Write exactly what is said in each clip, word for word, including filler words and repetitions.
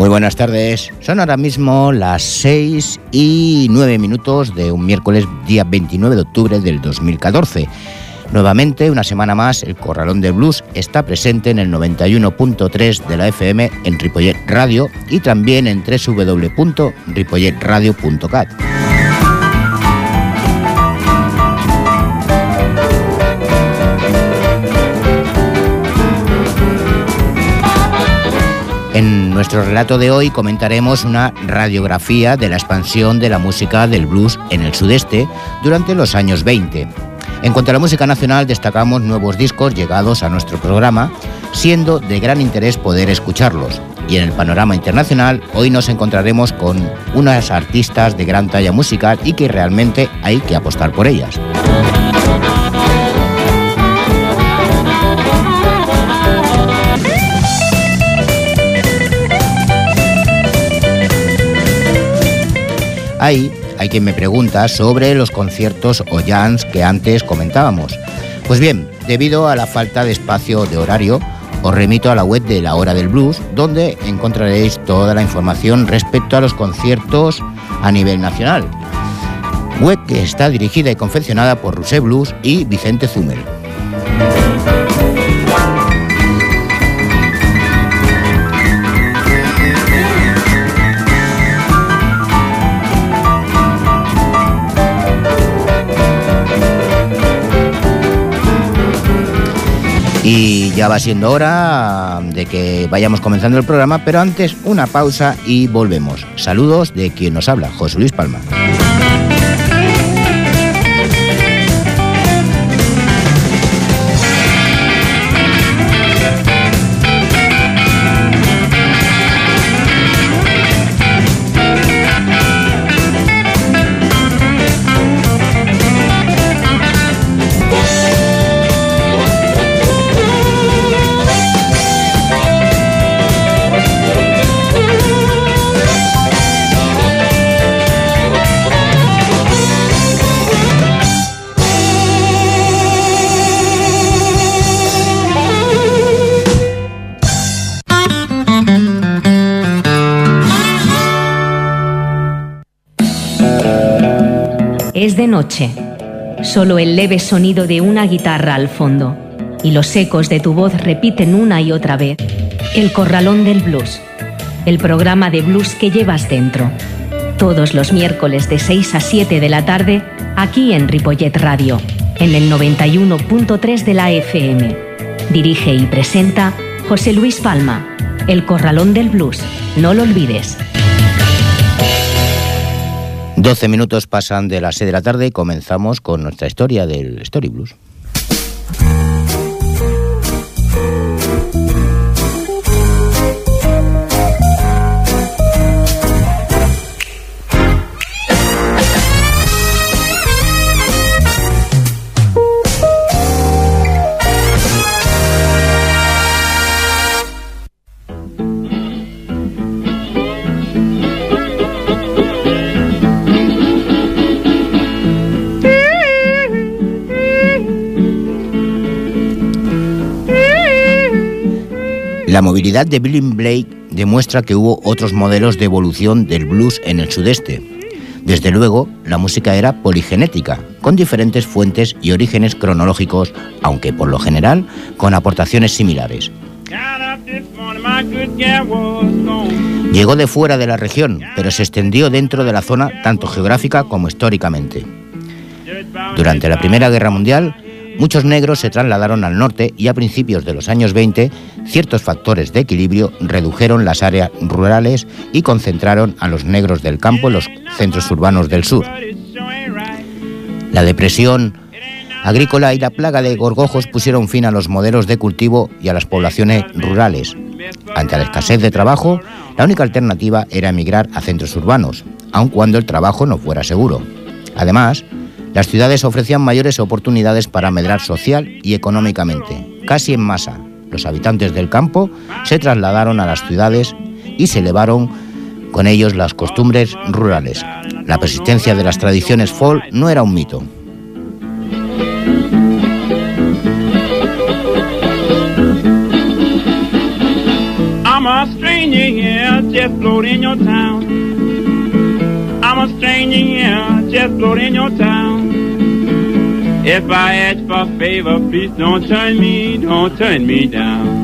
Muy buenas tardes, son ahora mismo las seis y nueve minutos de un miércoles día veintinueve de octubre del dos mil catorce. Nuevamente, una semana más, el Corralón del Blues está presente en el noventa y uno punto tres de la F M en Ripollet Radio y también en doble u doble u doble u punto ripollet radio punto cat. En nuestro relato de hoy comentaremos una radiografía de la expansión de la música del blues en el sudeste durante los años veinte. En cuanto a la música nacional, destacamos nuevos discos llegados a nuestro programa, siendo de gran interés poder escucharlos. Y en el panorama internacional, hoy nos encontraremos con unas artistas de gran talla musical y que realmente hay que apostar por ellas. Hay, hay quien me pregunta sobre los conciertos o jams que antes comentábamos. Pues bien, debido a la falta de espacio de horario, os remito a la web de La Hora del Blues, donde encontraréis toda la información respecto a los conciertos a nivel nacional. Web que está dirigida y confeccionada por Rusé Blues y Vicente Zumel. Y ya va siendo hora de que vayamos comenzando el programa, pero antes una pausa y volvemos. Saludos de quien nos habla, José Luis Palma. Es de noche, solo el leve sonido de una guitarra al fondo y los ecos de tu voz repiten una y otra vez El Corralón del Blues, el programa de blues que llevas dentro. Todos los miércoles de seis a siete de la tarde, aquí en Ripollet Radio, en el noventa y uno punto tres de la F M. Dirige y presenta José Luis Palma. El Corralón del Blues, no lo olvides. doce minutos pasan de las seis de la tarde y comenzamos con nuestra historia del Story Blues. La movilidad de Billy Blake demuestra que hubo otros modelos de evolución del blues en el sudeste. Desde luego, la música era poligenética, con diferentes fuentes y orígenes cronológicos, aunque por lo general con aportaciones similares. Llegó de fuera de la región, pero se extendió dentro de la zona tanto geográfica como históricamente. Durante la Primera Guerra Mundial, muchos negros se trasladaron al norte y a principios de los años veinte, ciertos factores de equilibrio redujeron las áreas rurales y concentraron a los negros del campo en los centros urbanos del sur. La depresión agrícola y la plaga de gorgojos pusieron fin a los modelos de cultivo y a las poblaciones rurales. Ante la escasez de trabajo, la única alternativa era emigrar a centros urbanos, aun cuando el trabajo no fuera seguro. Además, las ciudades ofrecían mayores oportunidades para medrar social y económicamente. Casi en masa, los habitantes del campo se trasladaron a las ciudades y se elevaron con ellos las costumbres rurales. La persistencia de las tradiciones folk no era un mito. I'm a a stranger here, just float in your town. I'm a stranger here, just float in your town. If I ask for a favor, please don't turn me, don't turn me down.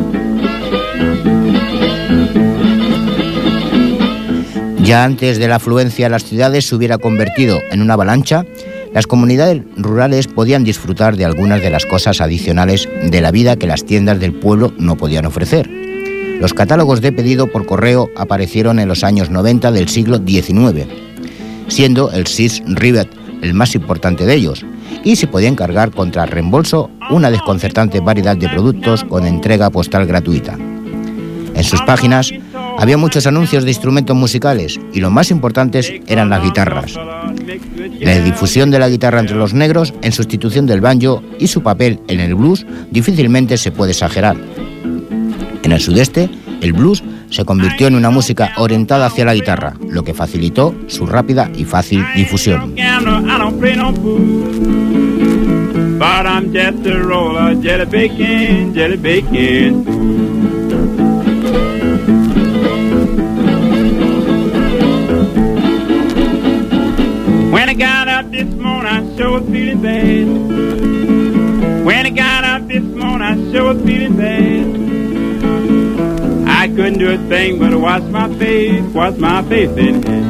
Ya antes de la afluencia, las ciudades se hubiera convertido en una avalancha. Las comunidades rurales podían disfrutar de algunas de las cosas adicionales de la vida que las tiendas del pueblo no podían ofrecer. Los catálogos de pedido por correo aparecieron en los años noventa del siglo diecinueve, siendo el Sears Rivet el más importante de ellos, y se podía encargar contra reembolso una desconcertante variedad de productos con entrega postal gratuita. En sus páginas había muchos anuncios de instrumentos musicales y los más importantes eran las guitarras. La difusión de la guitarra entre los negros en sustitución del banjo y su papel en el blues difícilmente se puede exagerar. En el sudeste, el blues se convirtió en una música orientada hacia la guitarra, lo que facilitó su rápida y fácil difusión. When I got up this morning, I sure was feeling bad. When I got up this morning, I sure was feeling bad. I couldn't do a thing but wash my face, wash my face in it.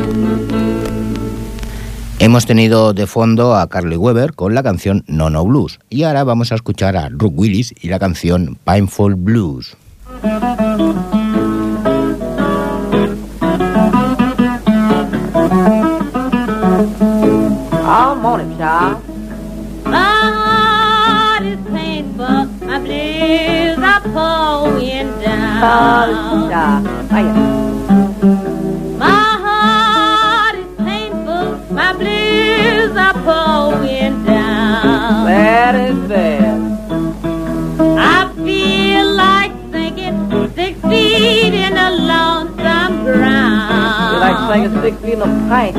Hemos tenido de fondo a Carly Weber con la canción No No Blues y ahora vamos a escuchar a Ruth Willis y la canción Painful Blues. Oh, morning, child. My heart is painful, my blues are pouring down. Oh, child. Hiya. My heart is painful, my blues are pouring down. That is bad. I feel like sinking six feet in a lonesome ground. You like singing six feet in a pint.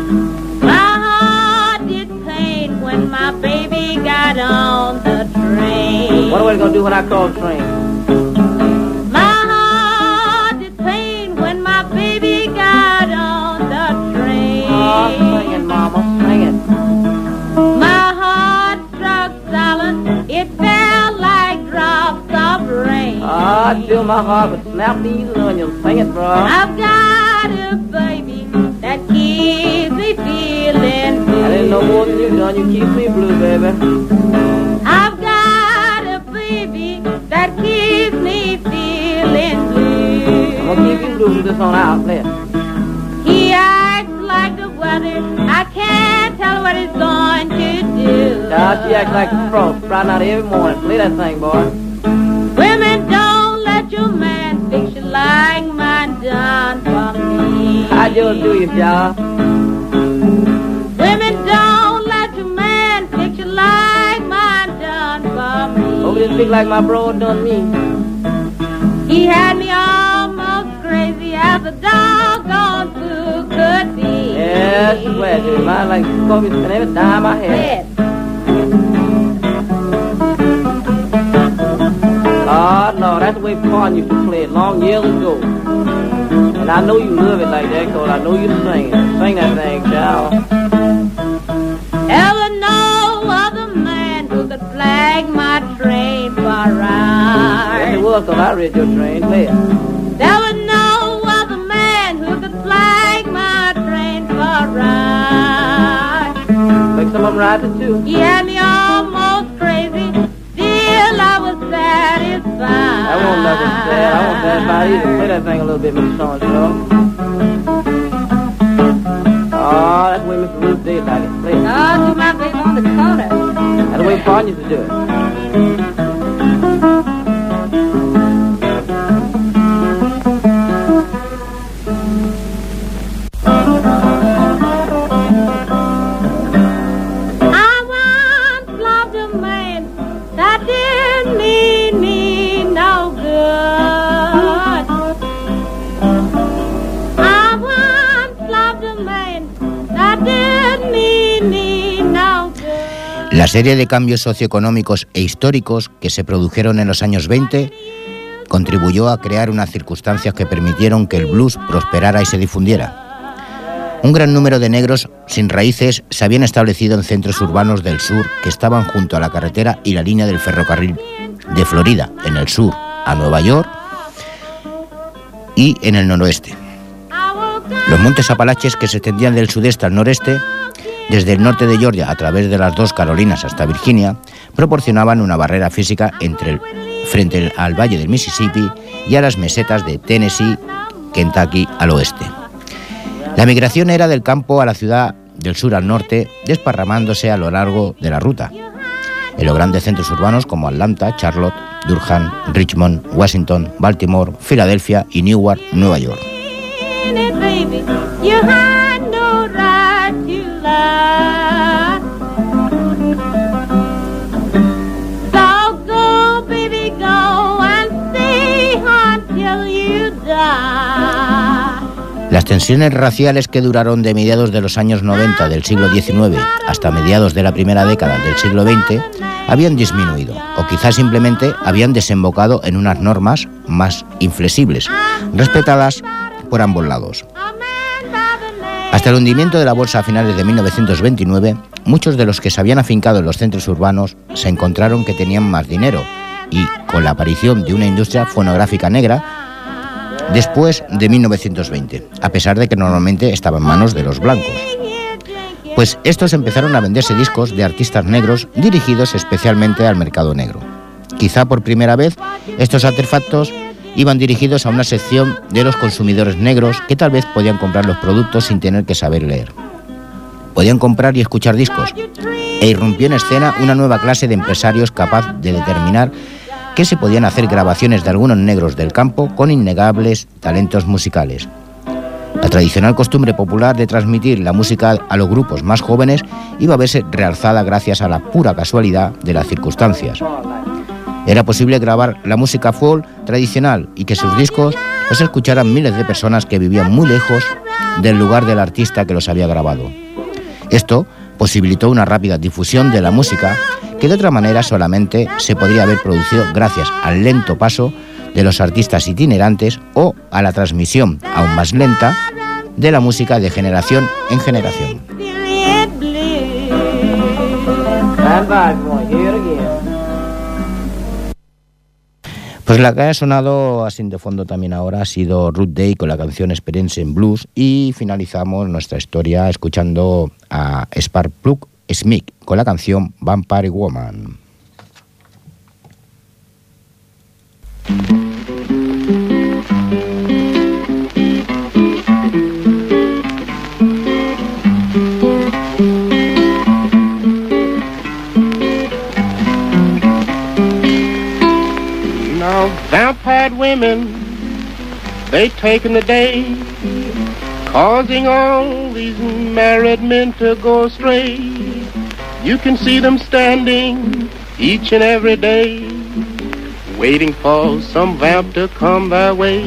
When my baby got on the train. What are we gonna do when I call the train? My heart did pain when my baby got on the train. Oh, sing it, mama, sing it. My heart struck silent, it fell like drops of rain. Oh, I feel my heart would snap these onions. Sing it, bro. I've got a baby that keeps me feeling blue. I didn't know more than you done. You keep me blue, baby. I've got a baby that keeps me feeling blue. I'm gonna keep you blue from this on out. Play it. He acts like the weather. I can't tell what he's going to do. Now she acts like a frost, sprouting out every morning. Play that thing, boy. Women, don't let your man fix you like mine done for me. I just do you, y'all. Women, don't let your man fix you like mine done for me. Hope you speak like my bro done me. He had me almost crazy as a doggone fool could be. Yeah, she's glad you. Mine like coffee spend every dime I had. Oh, no, that's the way Paul used to play it long years ago. And I know you love it like that, cause I know you sing it. Sing that thing, child. Ever know other man who could flag my train for a ride? Yes, it was, cause I read your train. Play it. Never know other man who could flag my train for a ride. Make some of them ride it too. He had me almost crazy, still I was satisfied. I won't nothing sad. I won't satisfied either. Play that thing a little bit, Mister So-and-so. Oh, that's the way Mister Ruth did like it. Play it. Oh, do my baby on the corner. That's the way Paul used to do it. La serie de cambios socioeconómicos e históricos que se produjeron en los años veinte contribuyó a crear unas circunstancias que permitieron que el blues prosperara y se difundiera. Un gran número de negros sin raíces se habían establecido en centros urbanos del sur que estaban junto a la carretera y la línea del ferrocarril de Florida, en el sur, a Nueva York, y en el noroeste. Los montes Apalaches, que se extendían del sudeste al noreste, desde el norte de Georgia a través de las dos Carolinas hasta Virginia, proporcionaban una barrera física entre el, frente al valle del Mississippi y a las mesetas de Tennessee, Kentucky al oeste. La migración era del campo a la ciudad, del sur al norte, desparramándose a lo largo de la ruta, en los grandes centros urbanos como Atlanta, Charlotte, Durham, Richmond, Washington, Baltimore, Filadelfia y Newark, Nueva York. Las tensiones raciales que duraron de mediados de los años noventa del siglo diecinueve hasta mediados de la primera década del siglo veinte habían disminuido, o quizás simplemente habían desembocado en unas normas más inflexibles, respetadas por ambos lados. Hasta el hundimiento de la bolsa a finales de mil novecientos veintinueve, muchos de los que se habían afincado en los centros urbanos se encontraron que tenían más dinero y, con la aparición de una industria fonográfica negra, después de mil novecientos veinte, a pesar de que normalmente estaba en manos de los blancos. Pues estos empezaron a venderse discos de artistas negros dirigidos especialmente al mercado negro. Quizá por primera vez estos artefactos iban dirigidos a una sección de los consumidores negros que tal vez podían comprar los productos sin tener que saber leer. Podían comprar y escuchar discos, e irrumpió en escena una nueva clase de empresarios capaz de determinar que se podían hacer grabaciones de algunos negros del campo con innegables talentos musicales. La tradicional costumbre popular de transmitir la música a los grupos más jóvenes iba a verse realzada gracias a la pura casualidad de las circunstancias. Era posible grabar la música folk tradicional y que sus discos los escucharan miles de personas que vivían muy lejos del lugar del artista que los había grabado. Esto posibilitó una rápida difusión de la música que de otra manera solamente se podría haber producido gracias al lento paso de los artistas itinerantes o a la transmisión, aún más lenta, de la música de generación en generación. Pues la que ha sonado así de fondo también ahora ha sido Ruth Day con la canción Experience in Blues, y finalizamos nuestra historia escuchando a Sparkplug Smith con la canción Vampire Woman. Now vampire women, they taken the day, causing all these married men to go astray. You can see them standing each and every day, waiting for some vamp to come their way.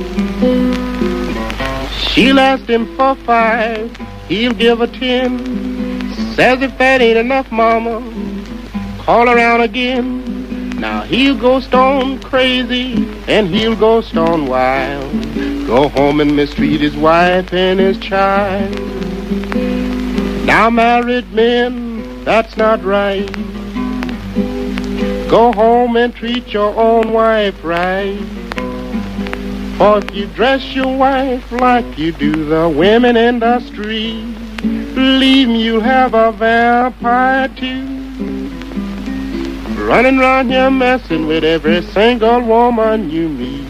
She'll ask him for five, he'll give her ten. Says if that ain't enough, mama, call around again. Now he'll go stone crazy and he'll go stone wild, go home and mistreat his wife and his child. Now married men, that's not right. Go home and treat your own wife right. For if you dress your wife like you do the women in the street, believe me, you'll have a vampire too. Running around here messing with every single woman you meet.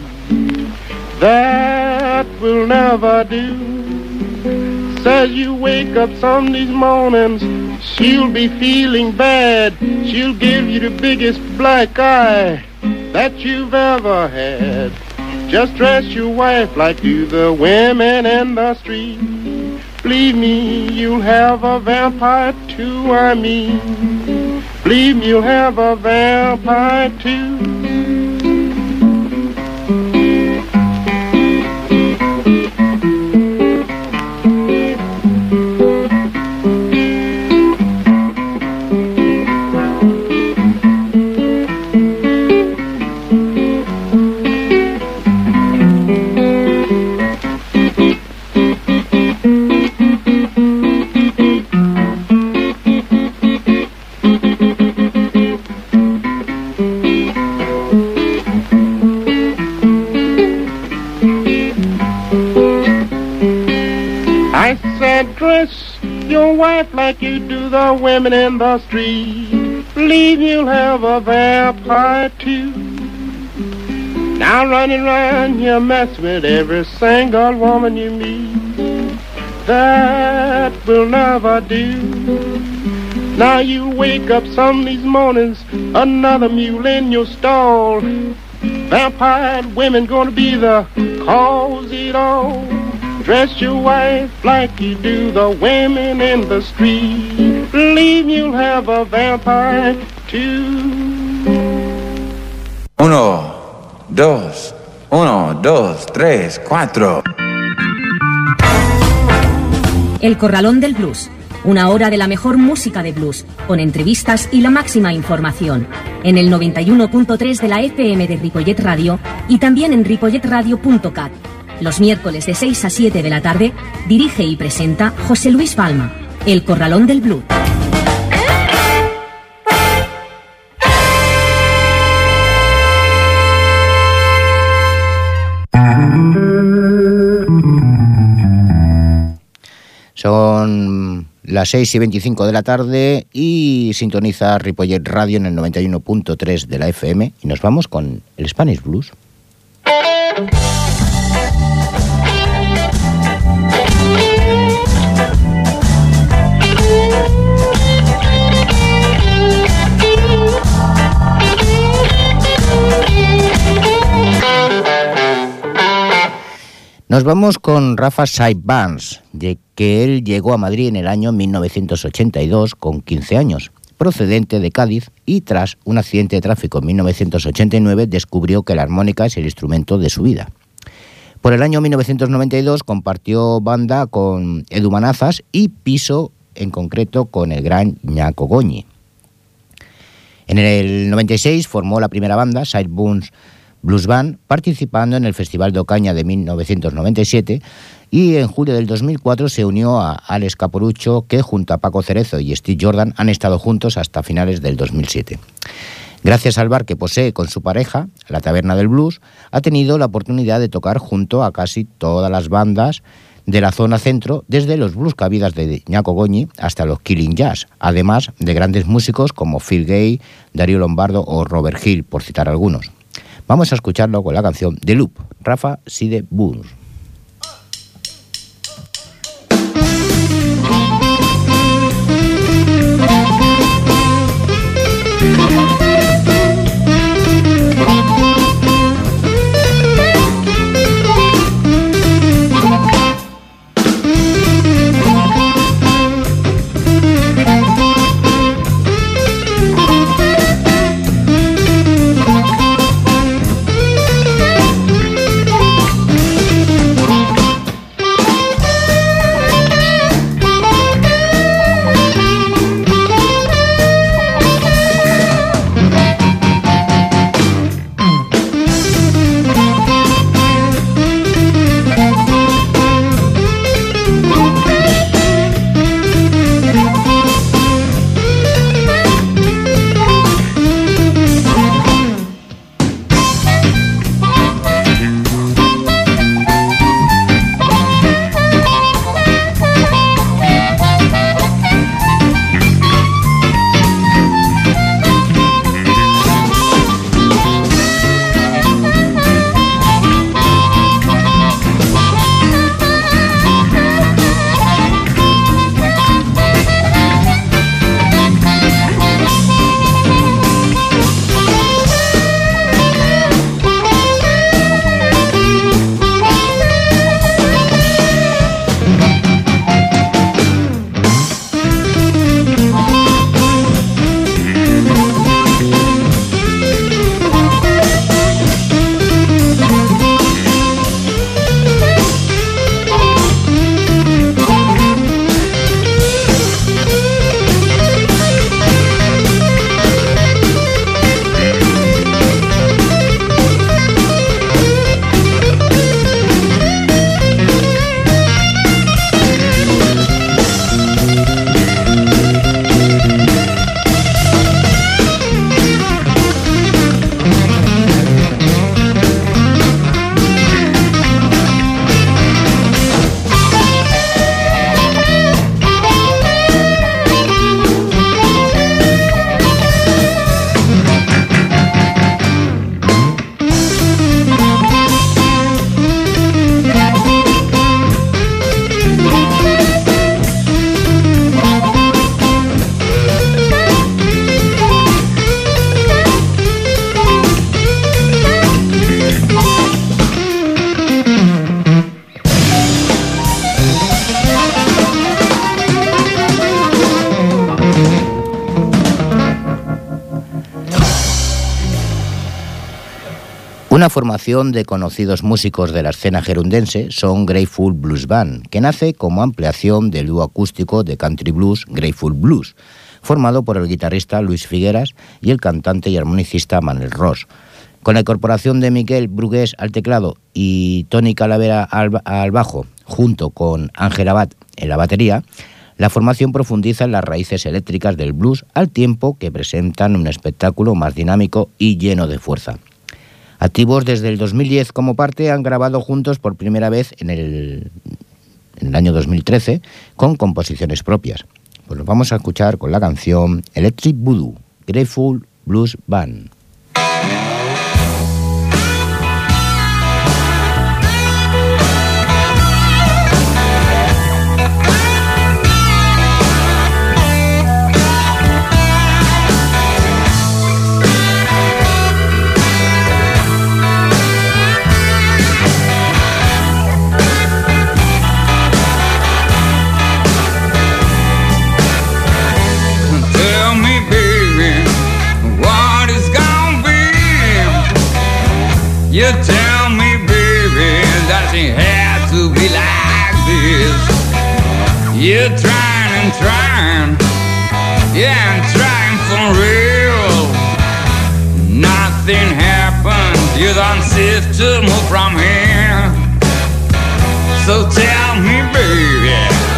That will never do. Says you wake up some of these mornings, she'll be feeling bad. She'll give you the biggest black eye that you've ever had. Just dress your wife like do the women in the street. Believe me, you'll have a vampire too, I mean. Believe me, you'll have a vampire too. your wife like you do the women in the street. Believe you'll have a vampire too. Now running around here mess with every single woman you meet. That will never do. Now you wake up some of these mornings, another mule in your stall. Vampire women gonna be the cause it all. Dress your wife like you do the women in the street. Believe you'll have a vampire too. Uno, dos, uno, dos, tres, cuatro. El Corralón del Blues. Una hora de la mejor música de blues, con entrevistas y la máxima información. En el noventa y uno punto tres de la F M de Ripollet Radio y también en ripollet radio punto cat. Los miércoles de seis a siete de la tarde, dirige y presenta José Luis Balma. El Corralón del Blues. Son las seis y veinticinco de la tarde y sintoniza Ripollet Radio en el noventa y uno punto tres de la F M y nos vamos con el Spanish Blues. Nos vamos con Rafa Saib Barnes, de que él llegó a Madrid en el año mil novecientos ochenta y dos con quince años, procedente de Cádiz, y tras un accidente de tráfico en mil novecientos ochenta y nueve descubrió que la armónica es el instrumento de su vida. Por el año mil novecientos noventa y dos compartió banda con Edu Manazas y piso en concreto con el gran Ñaco Goñi. En el noventa y seis formó la primera banda, Saib Barnes Blues Band, participando en el Festival de Ocaña de mil novecientos noventa y siete, y en julio del dos mil cuatro se unió a Alex Caporucho, que junto a Paco Cerezo y Steve Jordan han estado juntos hasta finales del dos mil siete. Gracias al bar que posee con su pareja, la Taberna del Blues, ha tenido la oportunidad de tocar junto a casi todas las bandas de la zona centro, desde los Blues Cabidas de Ñaco Goñi hasta los Killing Jazz, además de grandes músicos como Phil Gay, Darío Lombardo o Robert Hill, por citar algunos. Vamos a escucharlo con la canción The Loop, Rafa Saib Barnes. Una formación de conocidos músicos de la escena gerundense son Grateful Blues Band, que nace como ampliación del dúo acústico de country blues Grateful Blues, formado por el guitarrista Luis Figueras y el cantante y armonicista Manuel Ross. Con la incorporación de Miquel Brugués al teclado y Tony Calavera al, al bajo, junto con Ángel Abad en la batería, la formación profundiza en las raíces eléctricas del blues al tiempo que presentan un espectáculo más dinámico y lleno de fuerza. Activos desde el dos mil diez como parte, han grabado juntos por primera vez en el, en el año dos mil trece con composiciones propias. Pues nos vamos a escuchar con la canción Electric Voodoo, Grateful Blues Band. You tell me, baby, that it has to be like this. You're trying and trying, yeah, and trying for real. Nothing happens, you don't cease to move from here. So tell me, baby,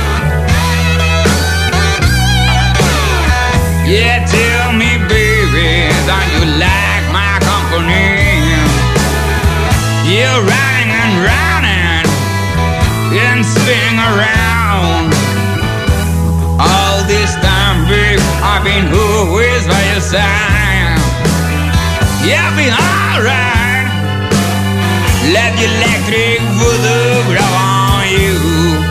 yeah, tell me, baby, that you like my company. You're running and running and spinning around. All this time, babe, I've been always by your side. Yeah, be alright. Let the electric voodoo grow on you.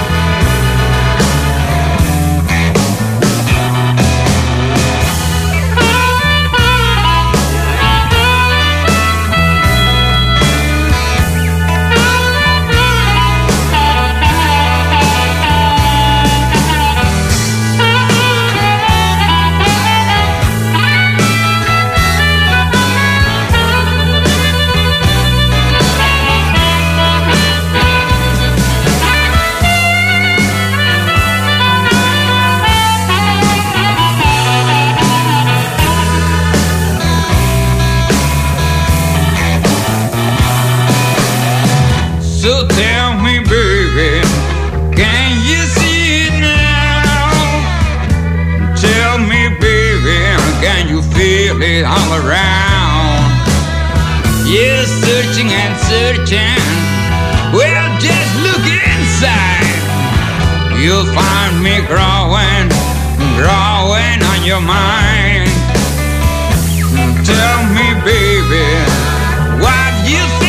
So tell me, baby, can you see it now? Tell me, baby, can you feel it all around? You're searching and searching, well, just look inside. You'll find me growing, growing on your mind. Tell me, baby, what you think?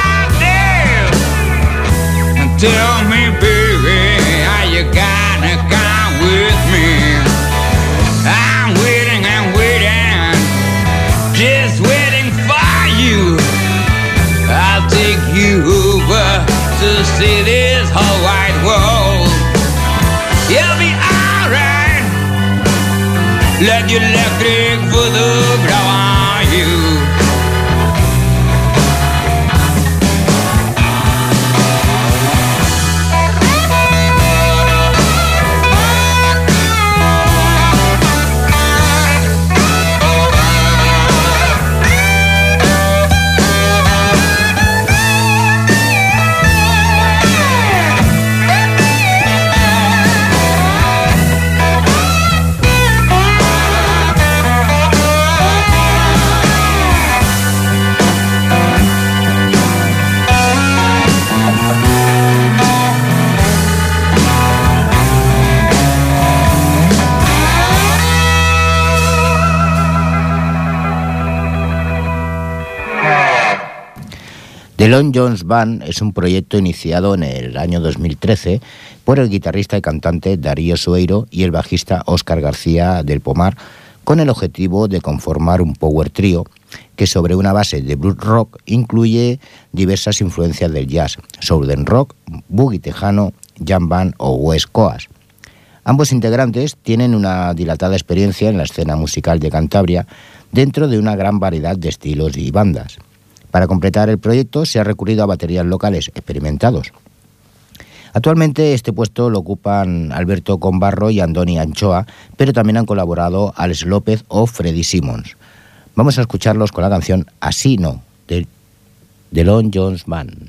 Tell me, baby, are you gonna come with me? I'm waiting and waiting, just waiting for you. I'll take you over to see this whole wide world. You'll be alright. Let your electric voodoo grow on you. The Long Jones Band es un proyecto iniciado en el año dos mil trece por el guitarrista y cantante Darío Sueiro y el bajista Óscar García del Pomar, con el objetivo de conformar un power trio que, sobre una base de blues rock, incluye diversas influencias del jazz, southern rock, boogie tejano, jam band o west coast. Ambos integrantes tienen una dilatada experiencia en la escena musical de Cantabria dentro de una gran variedad de estilos y bandas. Para completar el proyecto se ha recurrido a baterías locales experimentados. Actualmente este puesto lo ocupan Alberto Combarro y Andoni Anchoa, pero también han colaborado Alex López o Freddy Simmons. Vamos a escucharlos con la canción Así no, de, de Long John's Band.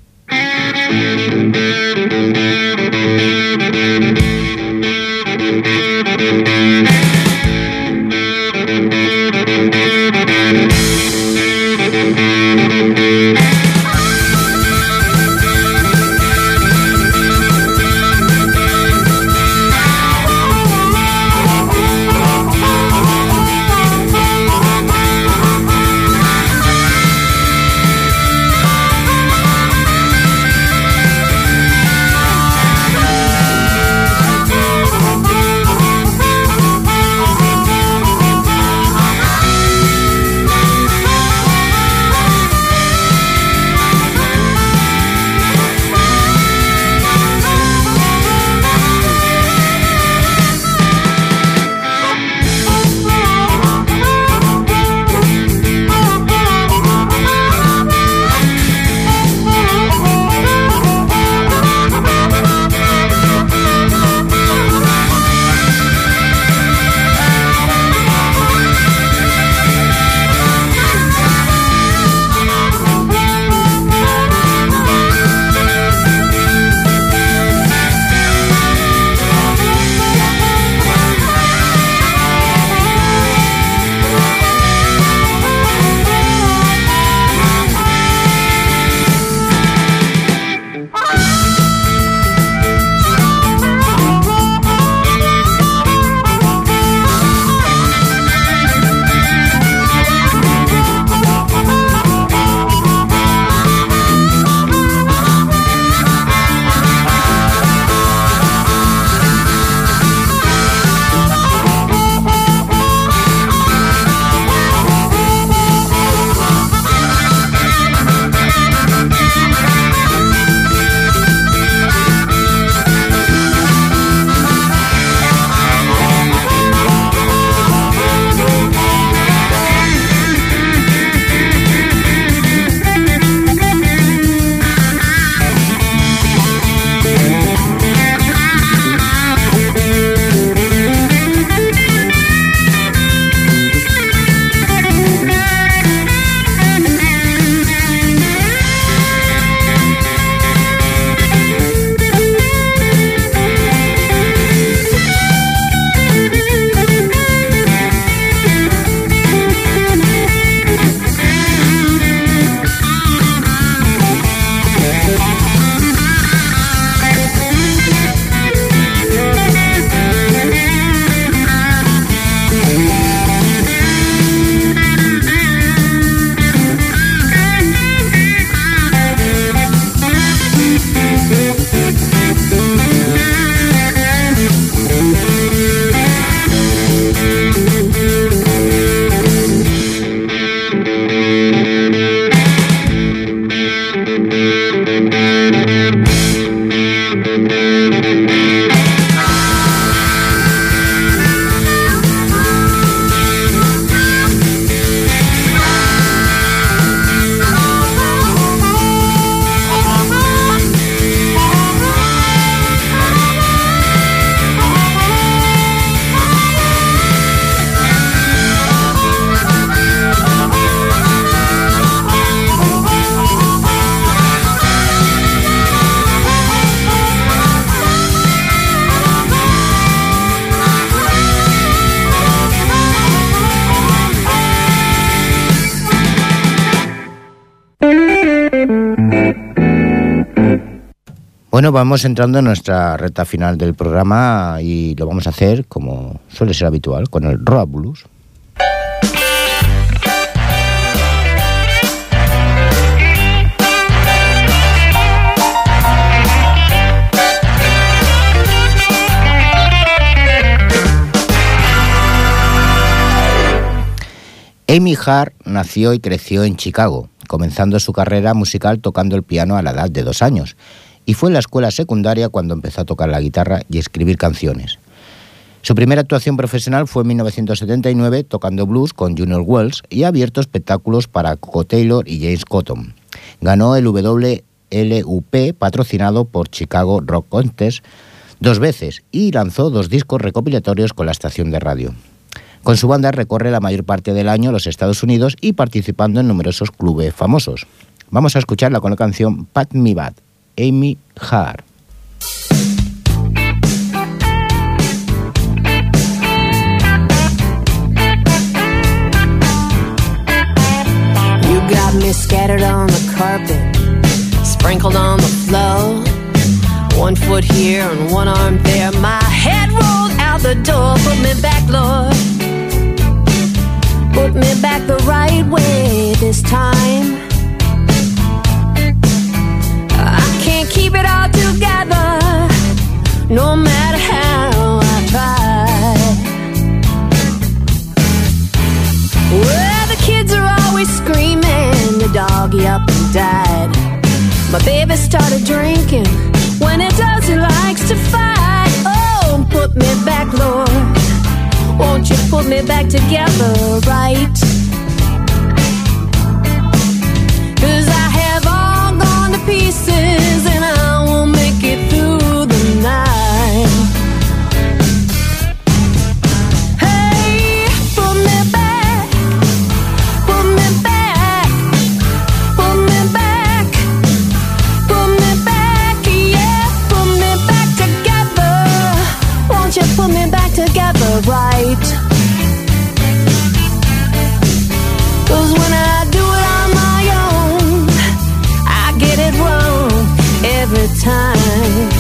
Bueno, vamos entrando en nuestra recta final del programa y lo vamos a hacer, como suele ser habitual, con el Road Blues. Amy Hart nació y creció en Chicago, comenzando su carrera musical tocando el piano a la edad de dos años, y fue en la escuela secundaria cuando empezó a tocar la guitarra y escribir canciones. Su primera actuación profesional fue en mil novecientos setenta y nueve tocando blues con Junior Wells y ha abierto espectáculos para Coco Taylor y James Cotton. Ganó el W L U P patrocinado por Chicago Rock Contest dos veces y lanzó dos discos recopilatorios con la estación de radio. Con su banda recorre la mayor parte del año los Estados Unidos y participando en numerosos clubes famosos. Vamos a escucharla con la canción Pat Me Bad, Amy Hart. Got me scattered on the carpet, sprinkled on the floor. One foot here and one arm there. My head rolled out the door. Put me back, Lord. Put me back the right way this time. I can't keep it all together, no matter how I try. Well, the kids are always screaming. The doggy up and died. My baby started drinking. When it does, he likes to fight. Oh, put me back, Lord. Won't you put me back together, right? 'Cause I have all gone to pieces and I won't make it through the night. Hey, put me back, put me back. Put me back together, right? 'Cause when I do it on my own, I get it wrong every time.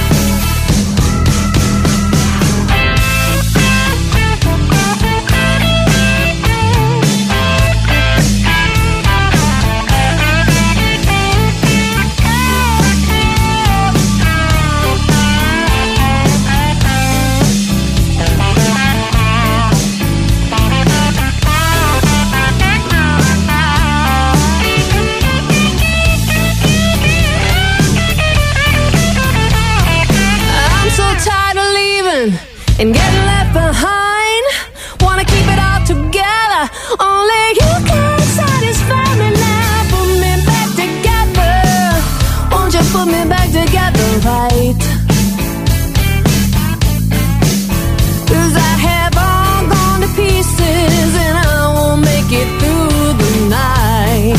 And getting left behind. Wanna keep it all together. Only you can satisfy me now. Put me back together. Won't you put me back together, right? 'Cause I have all gone to pieces and I won't make it through the night.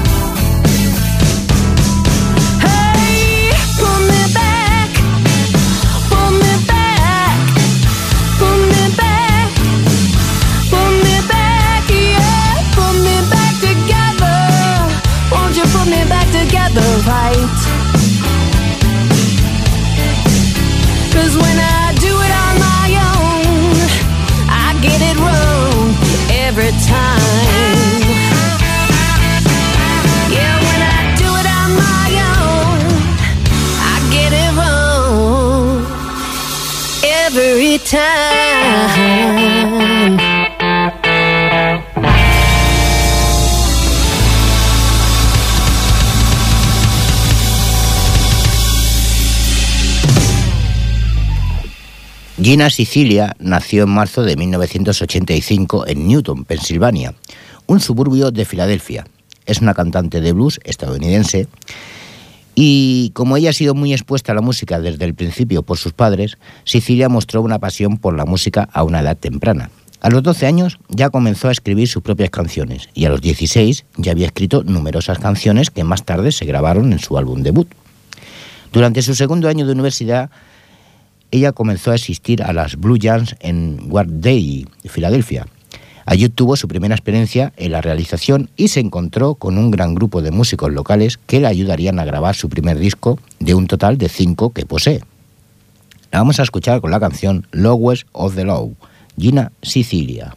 Hey, put me back. Put me back. Put me back together, right? 'Cause when I do it on my own, I get it wrong every time. Yeah, when I do it on my own, I get it wrong every time. Gina Sicilia nació en marzo de mil novecientos ochenta y cinco en Newton, Pensilvania, un suburbio de Filadelfia. Es una cantante de blues estadounidense y como ella ha sido muy expuesta a la música desde el principio por sus padres, Sicilia mostró una pasión por la música a una edad temprana. A los doce años ya comenzó a escribir sus propias canciones y a los dieciséis ya había escrito numerosas canciones que más tarde se grabaron en su álbum debut. Durante su segundo año de universidad, ella comenzó a asistir a las Blue Jams en Ward Day, Filadelfia. Allí obtuvo su primera experiencia en la realización y se encontró con un gran grupo de músicos locales que le ayudarían a grabar su primer disco de un total de cinco que posee. La vamos a escuchar con la canción Lowest of the Low, Gina Sicilia.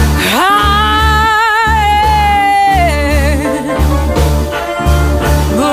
Good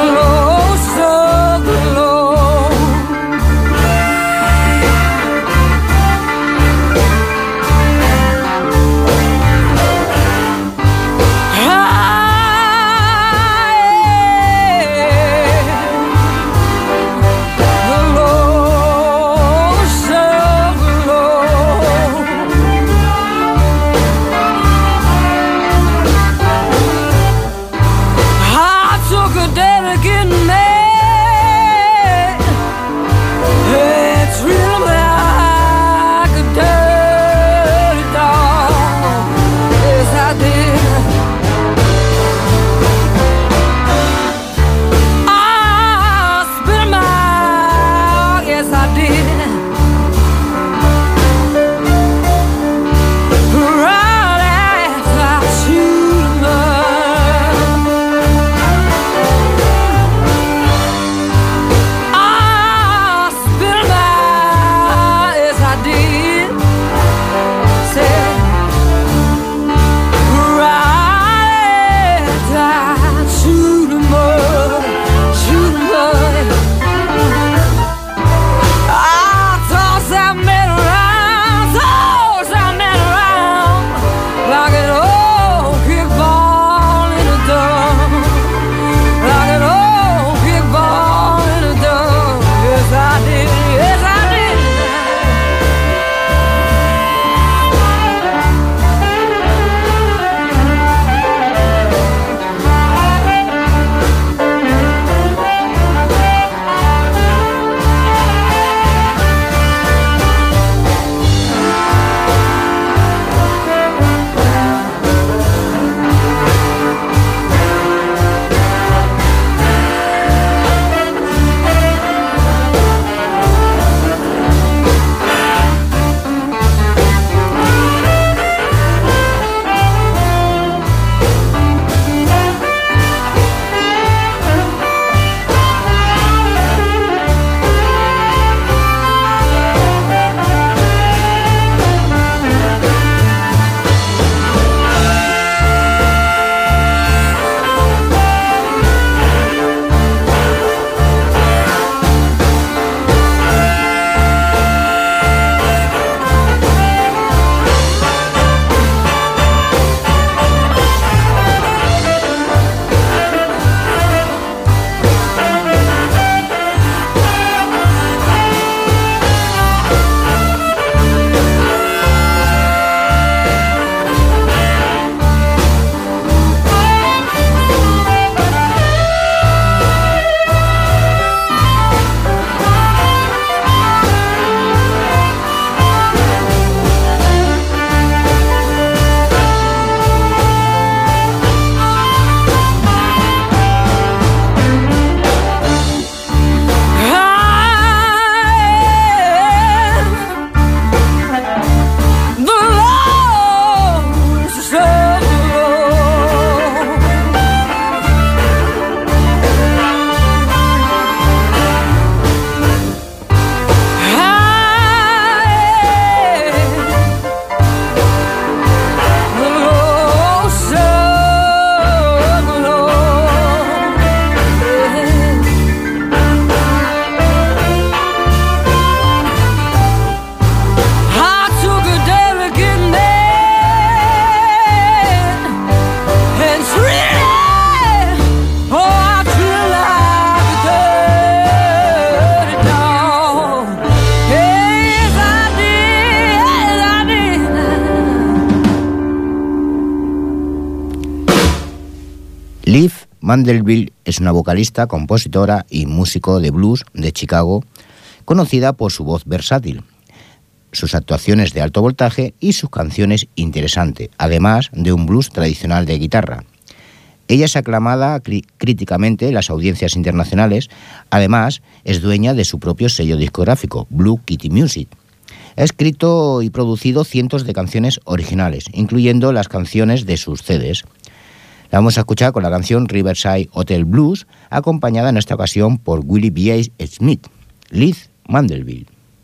Mandeville es una vocalista, compositora y músico de blues de Chicago, conocida por su voz versátil, sus actuaciones de alto voltaje y sus canciones interesantes, además de un blues tradicional de guitarra. Ella es aclamada crí- críticamente en las audiencias internacionales, además es dueña de su propio sello discográfico, Blue Kitty Music. Ha escrito y producido cientos de canciones originales, incluyendo las canciones de sus C Ds. La vamos a escuchar con la canción Riverside Hotel Blues, acompañada en esta ocasión por Willie B A. Smith, Lead Mandeville.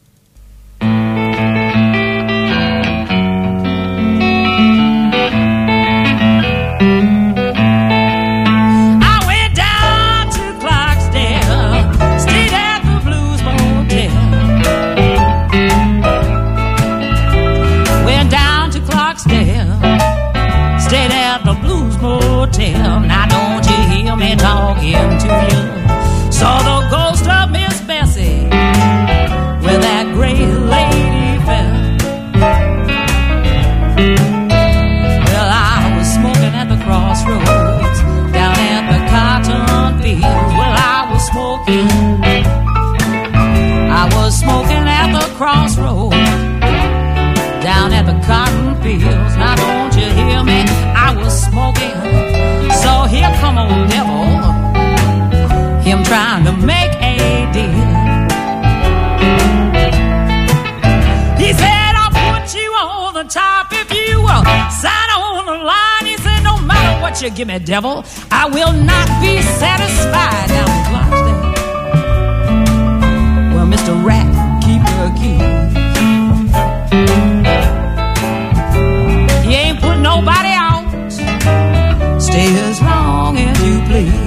Now don't you hear me talking to you? Saw the ghost of Miss Bessie where that gray lady fell. Well, I was smoking at the crossroads down at the cotton fields. Well, I was smoking, I was smoking at the crossroads down at the cotton fields. Now don't you hear me? I was smoking. So here come old devil, him trying to make a deal. He said, I'll put you on the top if you will sign on the line. He said, no matter what you give me, devil, I will not be satisfied. Now the clock's there. Well, Mister Rat, keep your keys. He ain't put nobody out. Stay as long as you please.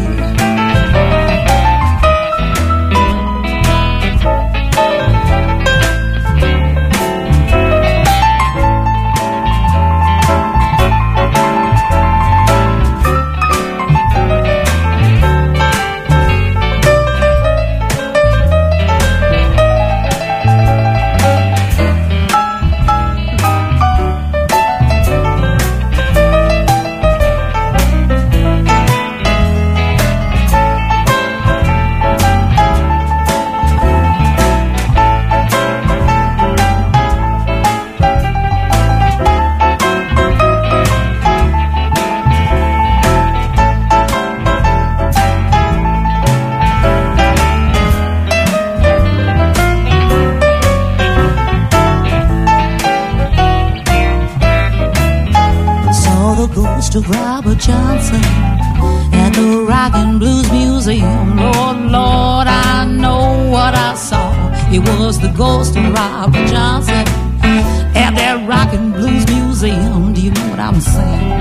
To Robert Johnson at the Rock and Blues Museum. Lord, Lord, I know what I saw. It was the ghost of Robert Johnson at that Rock and Blues Museum. Do you know what I'm saying?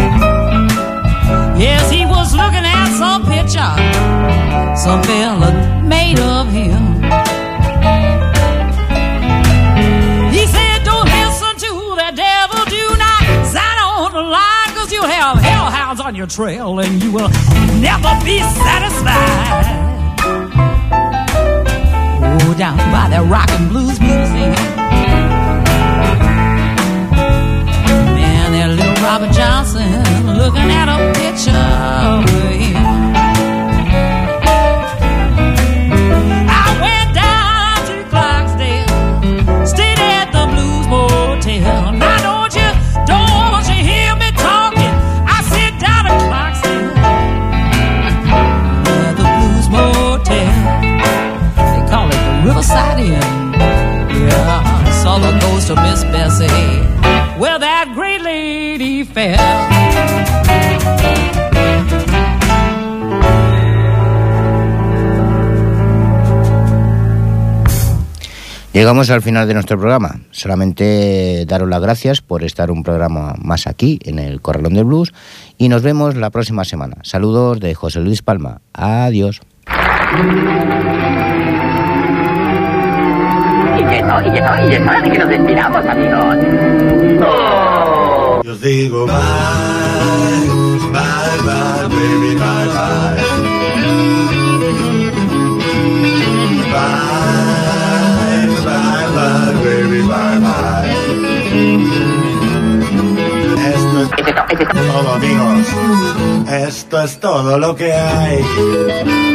Yes, he was looking at some picture some fella made of him. He said, don't listen to the devil, do not sign on the line. You have hellhounds on your trail and you will never be satisfied. Oh, down by the Rock and Blues Museum. Man, that little Robert Johnson looking at a picture of him. I went down to Clarksdale, stayed at the Blues Motel. Now don't you, don't you hear me talking? Down at Clarksdale, yeah, the Blues Motel. They call it the Riverside Inn. Yeah, I saw the ghost of Miss Bessie where that great lady fell. Llegamos al final de nuestro programa. Solamente daros las gracias por estar un programa más aquí en el Corralón del Blues y nos vemos la próxima semana. Saludos de José Luis Palma. Adiós. Y que no, y que no, y es hora de que nos despidamos, amigos. ¡Oh! Yo digo bye, bye, bye, baby, bye, bye. Bye, bye, bye, baby, bye, bye. Es esto, es esto. todo, amigos. Esto es todo lo que hay.